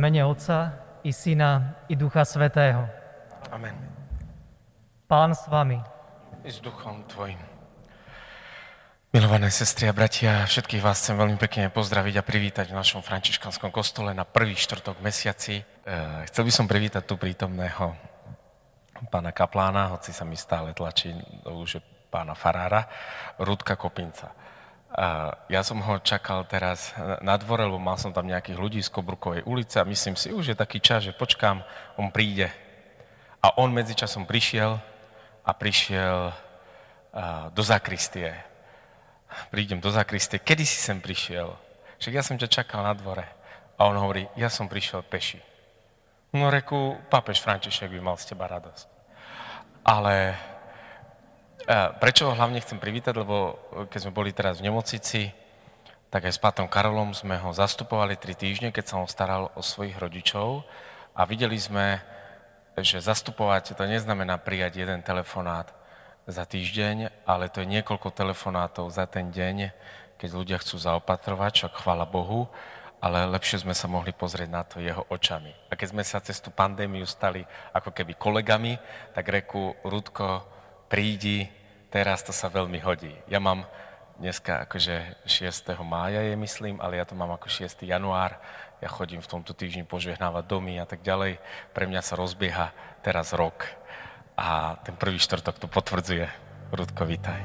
mene Otca i Syna i Ducha Svätého. Amen. Pán s vami. I s duchom tvojim. Milované sestry a bratia, všetkých vás chcem veľmi pekne pozdraviť a privítať v našom františkanskom kostole na prvý štvrtok v mesiaci. Chcel by som privítať tu prítomného pána kaplána, hoci sa mi stále tlačí už pána farára, Rudka Kopinca. Ja som ho čakal teraz na dvore, lebo mal som tam nejakých ľudí z Kobrukovej ulice a myslím si, už je taký čas, že počkám, on príde. A on medzičasom prišiel do zakristie. Prídem do zakristie, kedy si sem prišiel? Však ja som ťa čakal na dvore. A on hovorí, ja som prišiel peši. No reku, pápež František by mal z teba radosť. Ale prečo ho hlavne chcem privítať, lebo keď sme boli teraz v nemocnici, tak aj s pátom Karolom sme ho zastupovali 3 týždne, keď sa on staral o svojich rodičov a videli sme, že zastupovať to neznamená prijať jeden telefonát za týždeň, ale to je niekoľko telefonátov za ten deň, keď ľudia chcú zaopatrovať, však chvála Bohu, ale lepšie sme sa mohli pozrieť na to jeho očami. A keď sme sa cez tú pandémiu stali ako keby kolegami, tak reku, Rudko, prídi, teraz to sa veľmi hodí. Ja mám dneska akože 6. mája je, myslím, ale ja to mám ako 6. január. Ja chodím v tomto týždni požehnávať domy a tak ďalej. Pre mňa sa rozbieha teraz rok. A ten prvý štvrtok to potvrdzuje. Rudko, vítaj.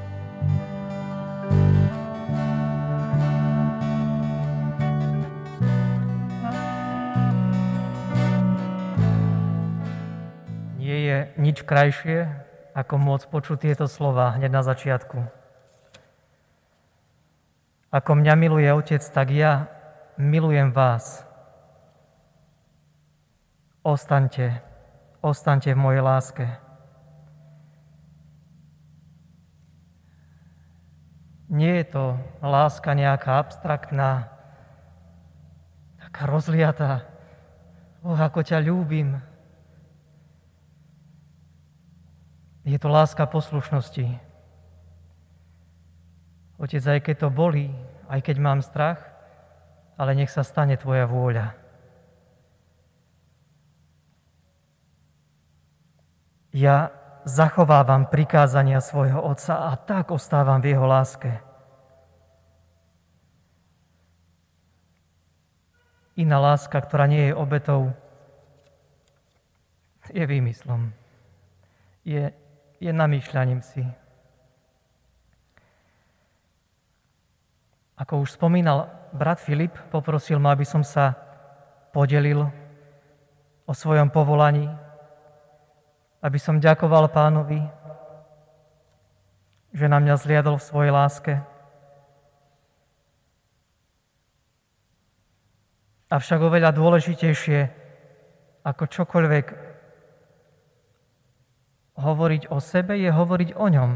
Nie je nič krajšie, ako môcť počuť tieto slova hneď na začiatku. Ako mňa miluje Otec, tak ja milujem vás. Ostaňte v mojej láske. Nie je to láska nejaká abstraktná, taká rozliatá. Ako ťa ľúbim. Je to láska poslušnosti. Otec, aj keď to bolí, aj keď mám strach, ale nech sa stane tvoja vôľa. Ja zachovávam prikázania svojho Otca a tak ostávam v jeho láske. Iná láska, ktorá nie je obetou, je výmyslom. Je namýšľaním si. Ako už spomínal brat Filip, poprosil ma, aby som sa podelil o svojom povolaní, aby som ďakoval Pánovi, že na mňa zliadol v svojej láske. Avšak oveľa dôležitejšie ako čokoľvek hovoriť o sebe, je hovoriť o ňom.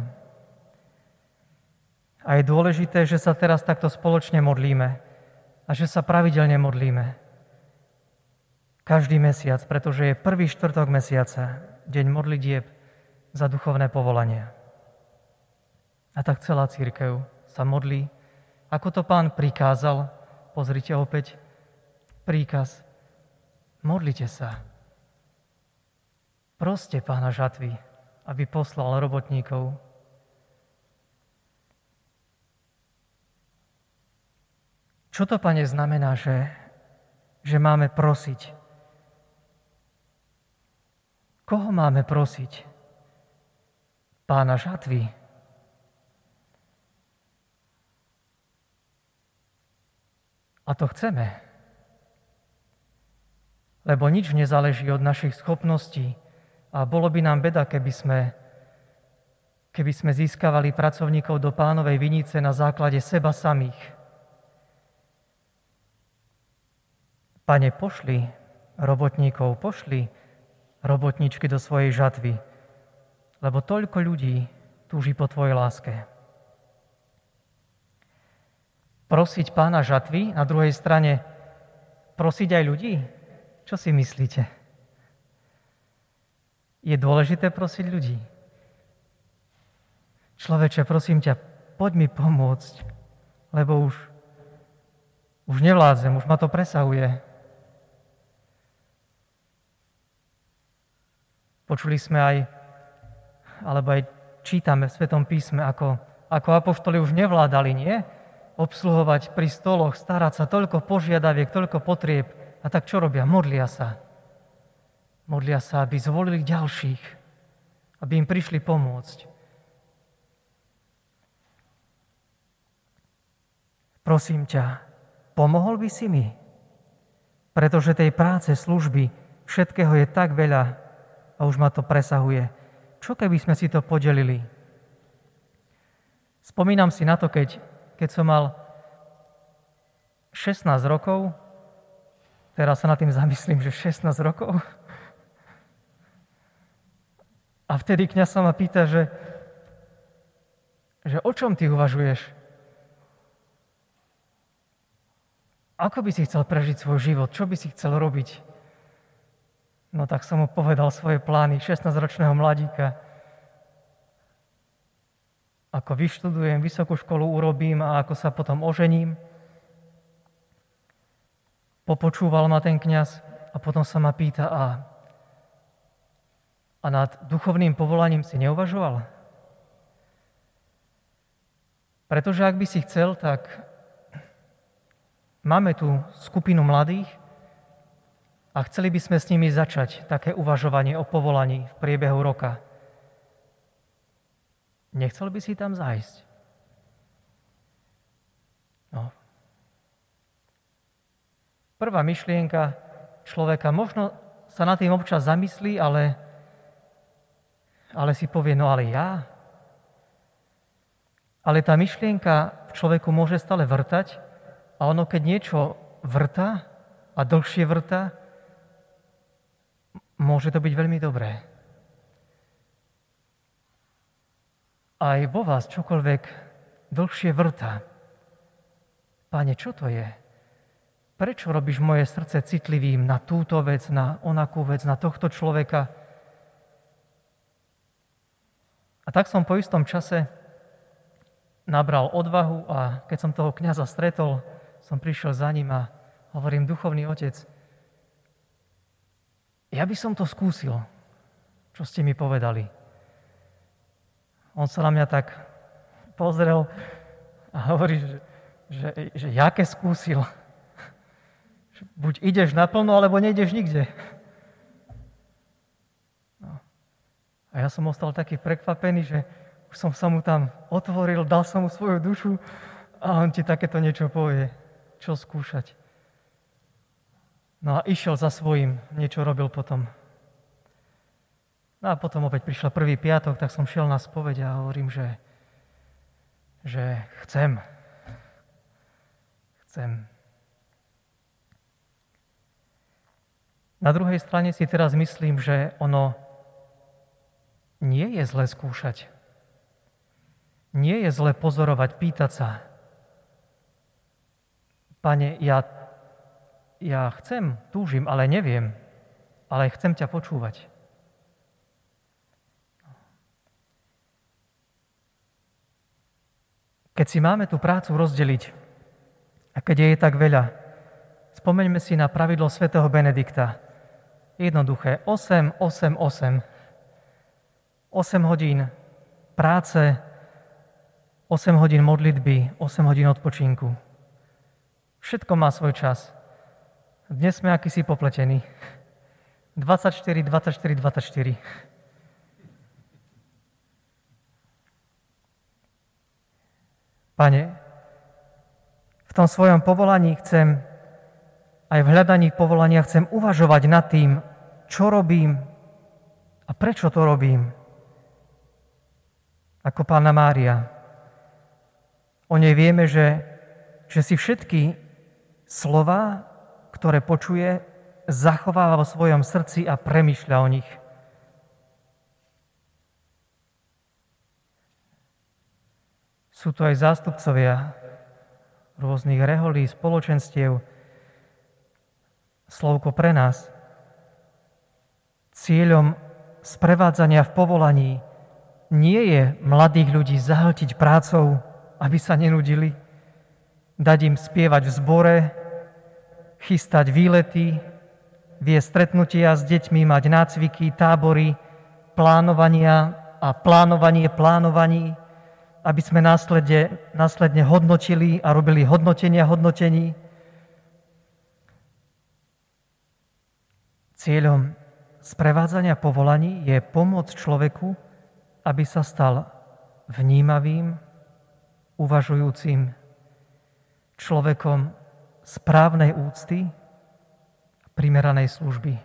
A je dôležité, že sa teraz takto spoločne modlíme a že sa pravidelne modlíme. Každý mesiac, pretože je prvý štvrtok mesiaca, deň modlitieb za duchovné povolanie. A tak celá cirkev sa modlí, ako to Pán prikázal. Pozrite opäť príkaz. Modlite sa. Proste Pána žatvy, aby poslal robotníkov. Čo to, Pane, znamená, že máme prosiť? Koho máme prosiť? Pána žatvy. A to chceme. Lebo nič nezáleží od našich schopností a bolo by nám beda, keby sme získavali pracovníkov do Pánovej vinice na základe seba samých. Pane, pošli robotníkov, pošli robotničky do svojej žatvy, lebo toľko ľudí túži po tvojej láske. Prosiť Pána žatvy, na druhej strane prosiť aj ľudí? Čo si myslíte? Je dôležité prosiť ľudí? Človeče, prosím ťa, poď mi pomôcť, lebo už nevládzem, už ma to presahuje. Počuli sme aj, alebo aj čítame v Svetom písme, ako apoštoli už nevládali, nie? Obsluhovať pri stoloch, starať sa, toľko požiadaviek, toľko potrieb. A tak čo robia? Modlia sa. Modlia sa, aby zvolili ďalších, aby im prišli pomôcť. Prosím ťa, pomohol by si mi? Pretože tej práce, služby, všetkého je tak veľa a už ma to presahuje. Čo keby sme si to podelili? Spomínam si na to, keď som mal 16 rokov, teraz sa nad tým zamyslím, že 16 rokov, a vtedy kňaz sa ma pýta, že o čom ty uvažuješ? Ako by si chcel prežiť svoj život? Čo by si chcel robiť? No tak som mu povedal svoje plány 16-ročného mladíka. Ako vyštudujem, vysokú školu urobím a ako sa potom ožením. Popočúval ma ten kňaz a potom sa ma pýta, a nad duchovným povolaním si neuvažoval? Pretože ak by si chcel, tak máme tu skupinu mladých a chceli by sme s nimi začať také uvažovanie o povolaní v priebehu roka. Nechcel by si tam zájsť? No. Prvá myšlienka človeka, možno sa nad tým občas zamyslí, ale si povie, no ale ja? Ale tá myšlienka v človeku môže stále vrtať a ono, keď niečo vrta a dlhšie vrta, môže to byť veľmi dobré. Aj vo vás čokoľvek dlhšie vrta. Páne, čo to je? Prečo robíš moje srdce citlivým na túto vec, na onakú vec, na tohto človeka? A tak som po istom čase nabral odvahu a keď som toho kňaza stretol, som prišiel za ním a hovorím, duchovný otec, ja by som to skúsil, čo ste mi povedali. On sa na mňa tak pozrel a hovorí, že jaké skúsil. Buď ideš naplno, alebo nejdeš nikde. No. A ja som ostal taký prekvapený, že už som sa mu tam otvoril, dal som mu svoju dušu a on ti takéto niečo povie. Čo skúšať? No a išiel za svojím, niečo robil potom. No a potom opäť prišiel prvý piatok, tak som šiel na spoveď a hovorím, že chcem. Na druhej strane si teraz myslím, že ono nie je zle skúšať. Nie je zle pozorovať, pýtať sa. Pane, ja chcem, túžim, ale neviem, ale chcem ťa počúvať. Keď si máme tú prácu rozdeliť, a keď je tak veľa, spomeňme si na pravidlo svätého Benedikta. Jednoduché, 8, 8, 8. 8 hodín práce, 8 hodín modlitby, 8 hodín odpočinku. Všetko má svoj čas. Dnes sme akýsi popletení. 24, 24, 24. Pane, v tom svojom povolaní chcem, aj v hľadaní povolania chcem uvažovať nad tým, čo robím a prečo to robím. Ako Panna Mária. O nej vieme, že si všetky slova, ktoré počuje, zachováva vo svojom srdci a premýšľa o nich. Sú to aj zástupcovia rôznych reholí, spoločenstiev. Slovko pre nás. Cieľom sprevádzania v povolaní nie je mladých ľudí zahltiť prácou, aby sa nenudili, dať im spievať v zbore, chystať výlety, viesť stretnutia s deťmi, mať nácviky, tábory, plánovania a plánovanie plánovaní, aby sme následne hodnotili a robili hodnotenia hodnotení. Cieľom sprevádzania povolaní je pomôcť človeku, aby sa stal vnímavým, uvažujúcim človekom správnej úcty a primeranej služby.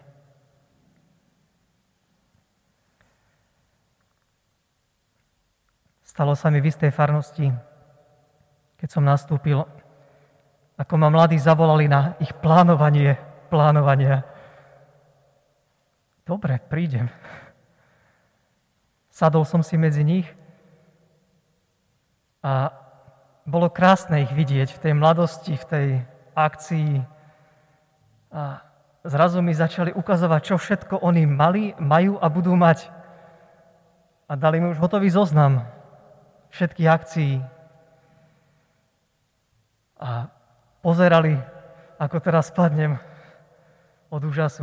Stalo sa mi v istej farnosti, keď som nastúpil, ako ma mladí zavolali na ich plánovania. Dobre, prídem. Sadol som si medzi nich a bolo krásne ich vidieť v tej mladosti, v tej akcii. A zrazu mi začali ukazovať, čo všetko oni majú a budú mať. A dali mi už hotový zoznam všetkých akcií. A pozerali, ako teraz spadnem od úžasu.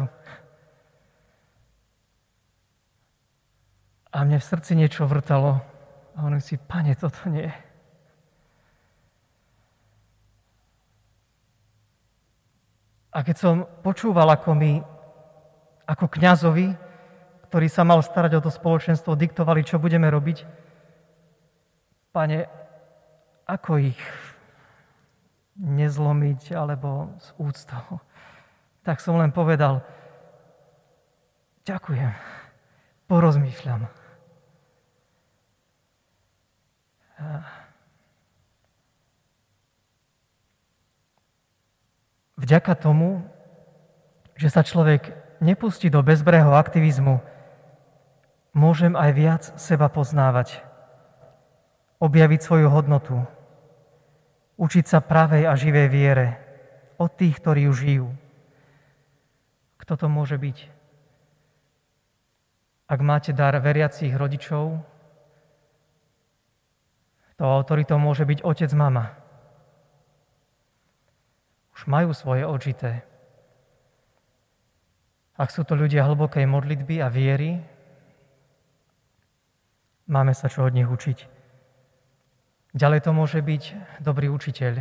A mne v srdci niečo vrtalo. A hovorím si, Pane, toto nie. A keď som počúval, ako kňazovi, ktorý sa mal starať o to spoločenstvo, diktovali, čo budeme robiť, Pane, ako ich nezlomiť alebo s úctou, tak som len povedal, ďakujem, porozmýšľam. Vďaka tomu, že sa človek nepustí do bezbrehého aktivizmu, môžem aj viac seba poznávať, objaviť svoju hodnotu, učiť sa pravej a živej viere od tých, ktorí ju žijú. Kto to môže byť? Ak máte dar veriacich rodičov, to autoritou môže byť otec, mama. Už majú svoje odžité. Ak sú to ľudia hlbokej modlitby a viery, máme sa čo od nich učiť. Ďalej to môže byť dobrý učiteľ,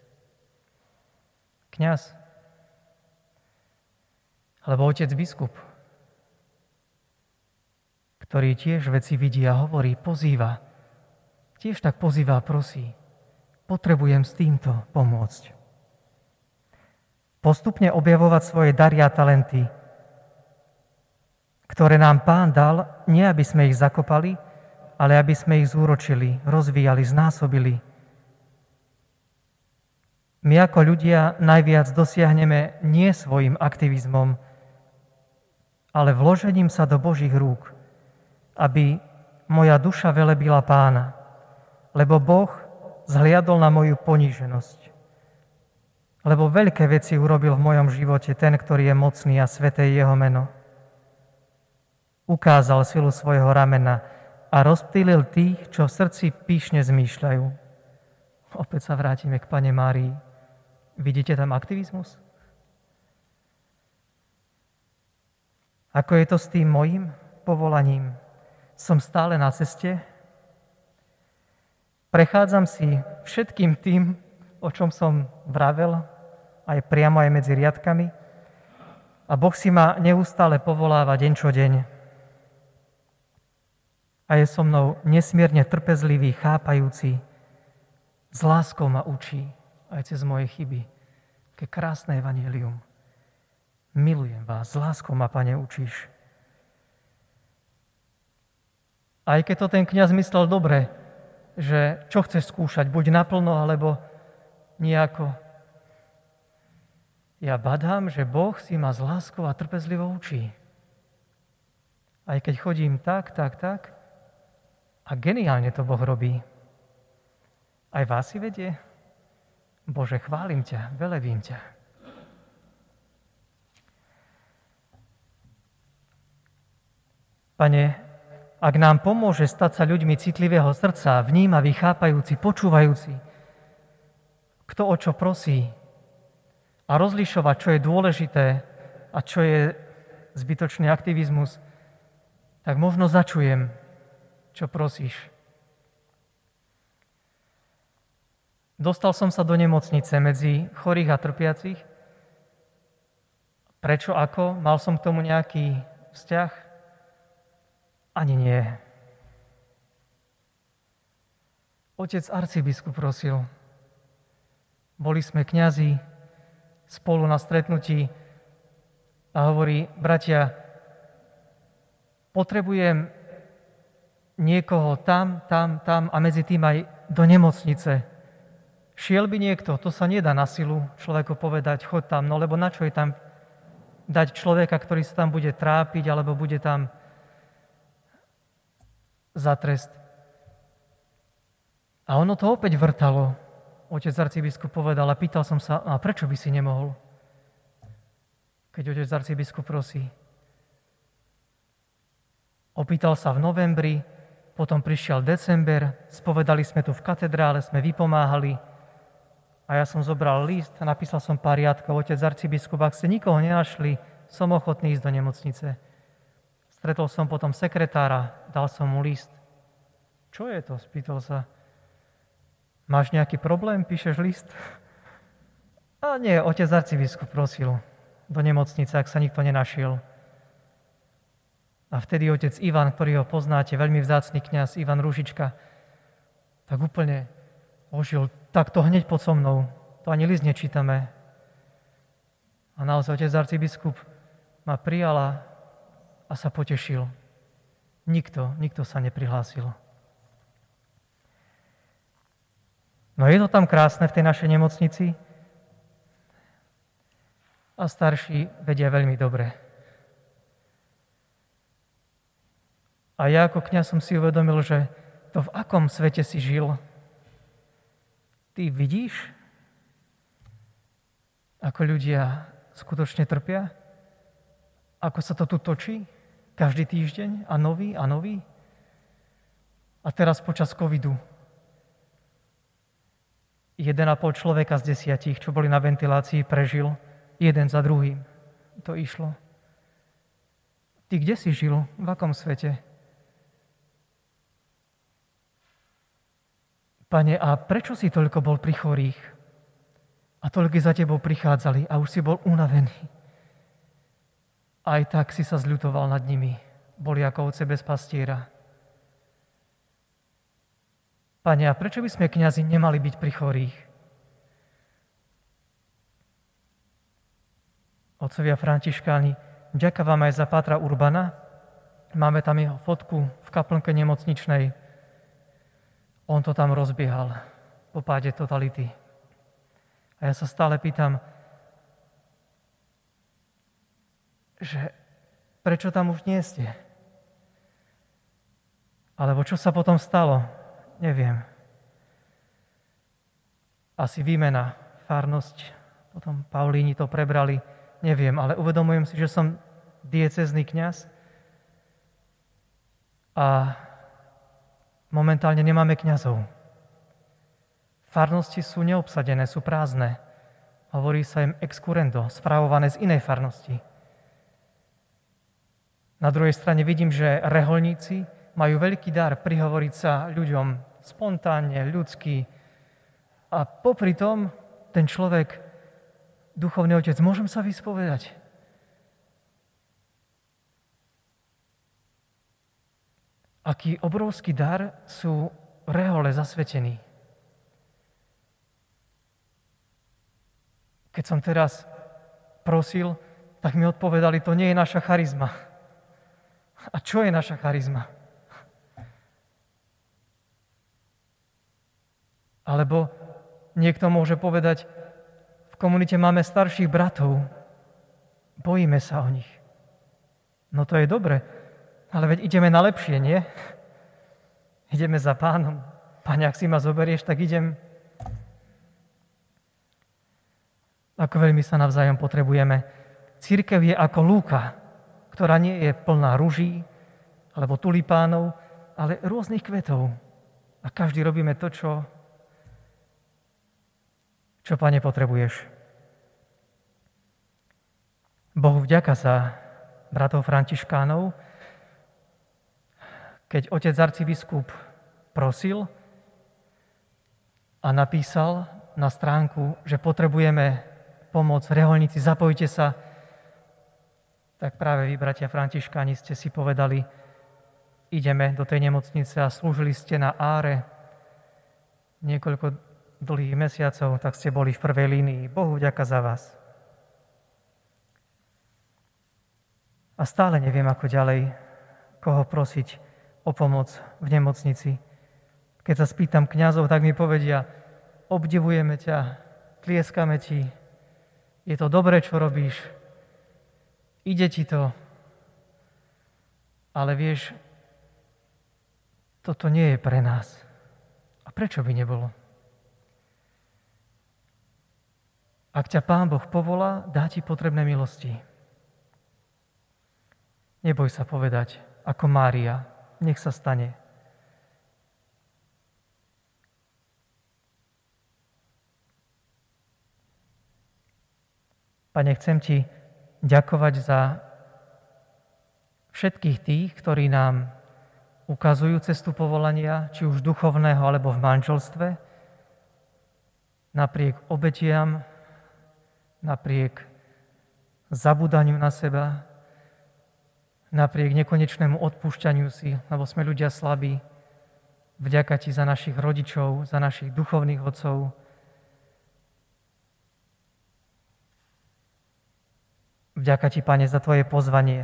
kňaz, alebo otec biskup, ktorý tiež veci vidí a hovorí, pozýva. Tiež tak pozýva a prosí. Potrebujem s týmto pomôcť. Postupne objavovať svoje dary a talenty, ktoré nám Pán dal, nie aby sme ich zakopali, ale aby sme ich zúročili, rozvíjali, znásobili. My ako ľudia najviac dosiahneme nie svojim aktivizmom, ale vložením sa do Božích rúk, aby moja duša velebila Pána, lebo Boh zhliadol na moju poníženosť. Lebo veľké veci urobil v mojom živote ten, ktorý je mocný a sväté je jeho meno. Ukázal silu svojho ramena a rozptýlil tých, čo v srdci pyšne zmýšľajú. Opäť sa vrátime k Panne Márii. Vidíte tam aktivizmus? Ako je to s tým mojím povolaním? Som stále na ceste? Prechádzam si všetkým tým, o čom som vravel, aj priamo, aj medzi riadkami. A Boh si ma neustále povoláva deň čo deň. A je so mnou nesmierne trpezlivý, chápajúci, s láskou ma učí aj cez moje chyby. Aké krásne evanjelium. Milujem vás, s láskou ma, Pane, učíš. Aj keď to ten kňaz myslel dobre, že čo chceš skúšať, buď naplno, alebo nejako. Ja badám, že Boh si ma s láskou a trpezlivo učí. Aj keď chodím tak, a geniálne to Boh robí. Aj vás si vedie? Bože, chválim ťa, velebím ťa. Pane, ak nám pomôže stať sa ľuďmi citlivého srdca, vnímaví, chápajúci, počúvajúci, kto o čo prosí a rozlišovať, čo je dôležité a čo je zbytočný aktivizmus, tak možno začujem, čo prosíš. Dostal som sa do nemocnice medzi chorých a trpiacich. Prečo, ako? Mal som k tomu nejaký vzťah? Ani nie. Otec arcibiskup prosil. Boli sme kňazi spolu na stretnutí a hovorí, bratia, potrebujem niekoho tam a medzi tým aj do nemocnice. Šiel by niekto, to sa nedá na silu človeku povedať, choď tam, no lebo na čo je tam dať človeka, ktorý sa tam bude trápiť, alebo bude tam za trest. A ono to opäť vrtalo. Otec arcibiskup povedal a pýtal som sa, a prečo by si nemohol? Keď otec arcibiskup prosí. Opýtal sa v novembri, potom prišiel december, spovedali sme tu v katedrále, sme vypomáhali a ja som zobral list a napísal som pár riadkov. Otec arcibiskup, ak ste nikoho nenašli, som ochotný ísť do nemocnice. Stretol som potom sekretára, dal som mu list. Čo je to? Spýtal sa. Máš nejaký problém? Píšeš list? A nie, otec arcibiskup prosil do nemocnice, ak sa nikto nenašiel. A vtedy otec Ivan, ktorý ho poznáte, veľmi vzácny kňaz, Ivan Ružička, tak úplne ožil, tak to hneď pod so mnou. To ani list nečítame. A naozaj otec arcibiskup ma prijal a sa potešil. Nikto sa neprihlásil. No je to tam krásne v tej našej nemocnici a starší vedia veľmi dobre. A ja ako kňaz som si uvedomil, že to v akom svete si žil. Ty vidíš, ako ľudia skutočne trpia? Ako sa to tu točí? Každý týždeň a nový a nový? A teraz počas covidu 1,5 človeka z 10, čo boli na ventilácii, prežil. Jeden za druhým. To išlo. Ty kde si žil? V akom svete? Pane, a prečo si toľko bol pri chorých? A toľko za tebou prichádzali a už si bol unavený. Aj tak si sa zľutoval nad nimi. Boli ako ovce bez pastiera. Pane, a prečo by sme kňazi nemali byť pri chorých? Otcovia františkáni, vďaka vám aj za pátra Urbana. Máme tam jeho fotku v kaplnke nemocničnej. On to tam rozbiehal po páde totality. A ja sa stále pýtam, že prečo tam už nie ste? Alebo čo sa potom stalo? Neviem. Asi výmena, farnosť, potom Paulíni to prebrali, neviem, ale uvedomujem si, že som diecézny kňaz a momentálne nemáme kňazov. Farnosti sú neobsadené, sú prázdne. Hovorí sa im ex currendo, spravované z inej farnosti. Na druhej strane vidím, že reholníci majú veľký dar prihovoriť sa ľuďom spontánne, ľudsky. A popri tom ten človek, duchovný otec, môžem sa vyspovedať. Aký obrovský dar sú rehole zasvetení. Keď som teraz prosil, tak mi odpovedali, to nie je naša charizma. A čo je naša charizma? Alebo niekto môže povedať, v komunite máme starších bratov, bojíme sa o nich. No to je dobre, ale veď ideme na lepšie, nie? Ideme za Pánom. Pane, ak si ma zoberieš, tak idem. Ako veľmi sa navzájom potrebujeme. Cirkev je ako lúka, ktorá nie je plná ruží alebo tulipánov, ale rôznych kvetov. A každý robíme to, čo Pane, potrebuješ. Bohu vďaka za bratov františkánov, keď otec arcibiskup prosil a napísal na stránku, že potrebujeme pomoc v reholnici, zapojte sa, tak práve vy, bratia františkáni, ste si povedali, ideme do tej nemocnice a slúžili ste na Áre niekoľko dlhých mesiacov, tak ste boli v prvej línii. Bohu vďaka za vás. A stále neviem, ako ďalej, koho prosiť o pomoc v nemocnici. Keď sa spýtam kňazov, tak mi povedia, obdivujeme ťa, tlieskame ti, je to dobré, čo robíš, ide ti to, ale vieš, toto nie je pre nás. A prečo by nebolo? Ak ťa Pán Boh povolá, dá ti potrebné milosti. Neboj sa povedať, ako Mária, nech sa stane. Pane, chcem ti ďakovať za všetkých tých, ktorí nám ukazujú cestu povolania, či už duchovného, alebo v manželstve, napriek obetiam, napriek zabúdaniu na seba, napriek nekonečnému odpúšťaniu si, lebo sme ľudia slabí. Vďaka ti za našich rodičov, za našich duchovných otcov. Vďaka ti, Pane, za tvoje pozvanie.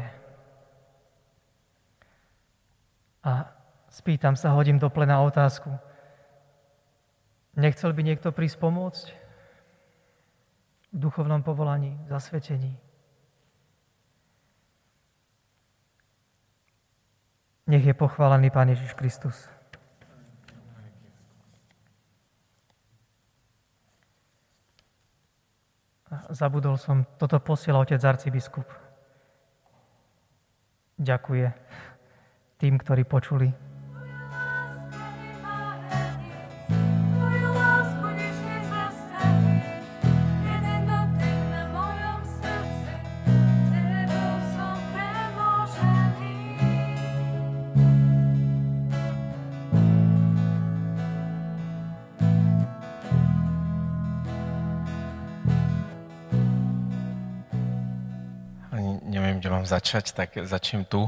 A spýtam sa, hodím do plena otázku. Nechcel by niekto prísť pomôcť v duchovnom povolaní, v zasvetení? Nech je pochválený Pán Ježiš Kristus. Zabudol som, toto posiela otec arcibiskup. Ďakuje tým, ktorí počuli. Neviem, kde mám začať, tak začnem tu.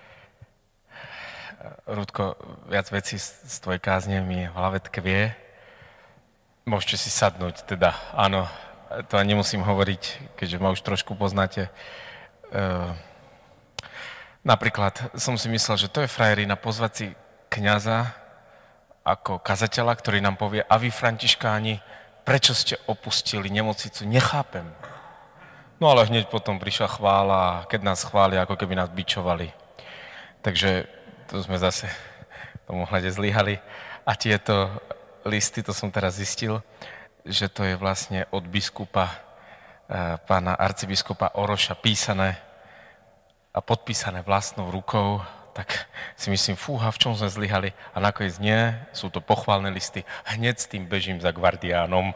Rudko, viac vecí z tvojej kázne mi v hlave tkvie. Môžete si sadnúť, teda áno, to ani nemusím hovoriť, keďže ma už trošku poznáte. Napríklad som si myslel, že to je frajerina pozvať si kňaza ako kazateľa, ktorý nám povie, a vy, františkáni, prečo ste opustili nemocnicu? Nechápem. No ale hneď potom prišla chvála a keď nás chvália, ako keby nás bičovali. Takže tu sme zase v tom ohľade zlyhali. A tieto listy, to som teraz zistil, že to je vlastne od biskupa, pána arcibiskupa Oroša písané a podpísané vlastnou rukou. Tak si myslím, fúha, v čom sme zlyhali. A nakoniec nie, sú to pochválne listy. Hneď s tým bežím za Guardiánom.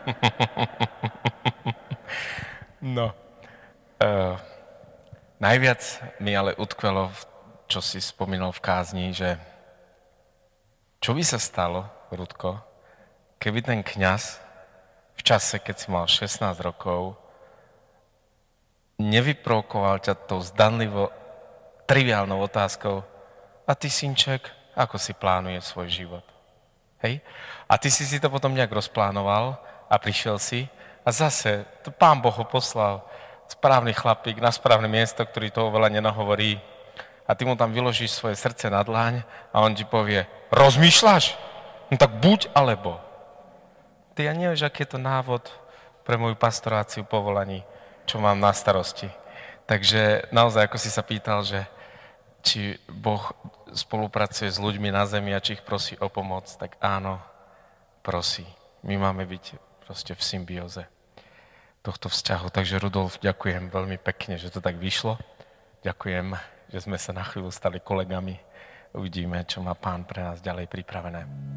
No, najviac mi ale utkvelo, čo si spomínal v kázni, že čo by sa stalo, Rudko, keby ten kňaz v čase, keď si mal 16 rokov, nevyprovokoval ťa tou zdanlivo triviálnou otázkou, a ty, synček, ako si plánuješ svoj život? Hej? A ty si to potom nejak rozplánoval a prišiel si, a zase, to Pán Boh ho poslal, správny chlapík na správne miesto, ktorý toho veľa nenahovorí. A ty mu tam vyložíš svoje srdce na dlaň a on ti povie, rozmýšľaš? No tak buď alebo. Ty ja nevieš, aký je to návod pre moju pastoráciu povolaní, čo mám na starosti. Takže naozaj, ako si sa pýtal, že či Boh spolupracuje s ľuďmi na zemi a či ich prosí o pomoc, tak áno, prosí. My máme byť proste v symbióze tohto vzťahu. Takže Rudolf, ďakujem veľmi pekne, že to tak vyšlo. Ďakujem, že sme sa na chvíľu stali kolegami. Uvidíme, čo má Pán pre nás ďalej pripravené.